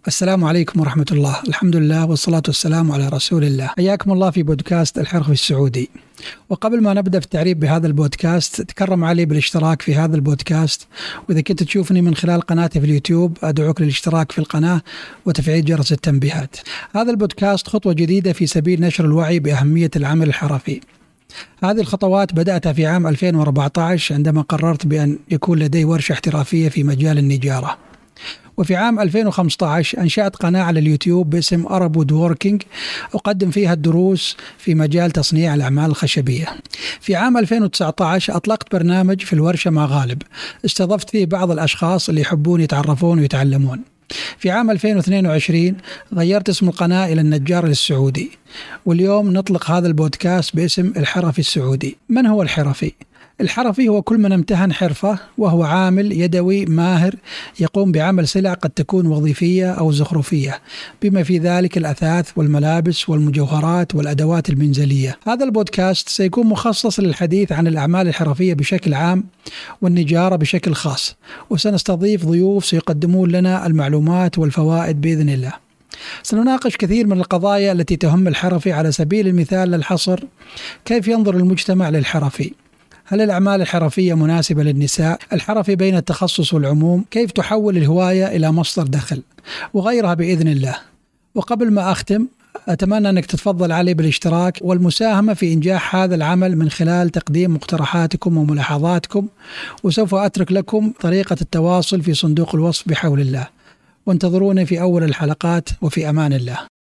السلام عليكم ورحمة الله. الحمد لله والصلاة والسلام على رسول الله. حياكم الله في بودكاست الحرفي السعودي. وقبل ما نبدأ في التعريف بهذا البودكاست، تكرم علي بالاشتراك في هذا البودكاست، وإذا كنت تشوفني من خلال قناتي في اليوتيوب أدعوك للاشتراك في القناة وتفعيل جرس التنبيهات. هذا البودكاست خطوة جديدة في سبيل نشر الوعي بأهمية العمل الحرفي. هذه الخطوات بدأتها في عام 2014 عندما قررت بأن يكون لدي ورشة احترافية في مجال النجارة. وفي عام 2015 أنشأت قناة على اليوتيوب باسم Arab Woodworking أقدم فيها الدروس في مجال تصنيع الأعمال الخشبية. في عام 2019 أطلقت برنامج في الورشة مع غالب، استضفت فيه بعض الأشخاص اللي يحبون يتعرفون ويتعلمون. في عام 2022 غيرت اسم القناة إلى النجار السعودي، واليوم نطلق هذا البودكاست باسم الحرفي السعودي. من هو الحرفي؟ الحرفي هو كل من امتهن حرفة، وهو عامل يدوي ماهر يقوم بعمل سلع قد تكون وظيفية أو زخرفية، بما في ذلك الأثاث والملابس والمجوهرات والأدوات المنزلية. هذا البودكاست سيكون مخصص للحديث عن الأعمال الحرفية بشكل عام والنجارة بشكل خاص، وسنستضيف ضيوف سيقدمون لنا المعلومات والفوائد بإذن الله. سنناقش كثير من القضايا التي تهم الحرفي. على سبيل المثال للحصر، كيف ينظر المجتمع للحرفي؟ هل الأعمال الحرفية مناسبة للنساء؟ الحرفي بين التخصص والعموم؟ كيف تحول الهواية إلى مصدر دخل؟ وغيرها بإذن الله. وقبل ما أختم، أتمنى أنك تتفضل علي بالاشتراك والمساهمة في إنجاح هذا العمل من خلال تقديم مقترحاتكم وملاحظاتكم، وسوف أترك لكم طريقة التواصل في صندوق الوصف بحول الله. وانتظروني في أول الحلقات، وفي أمان الله.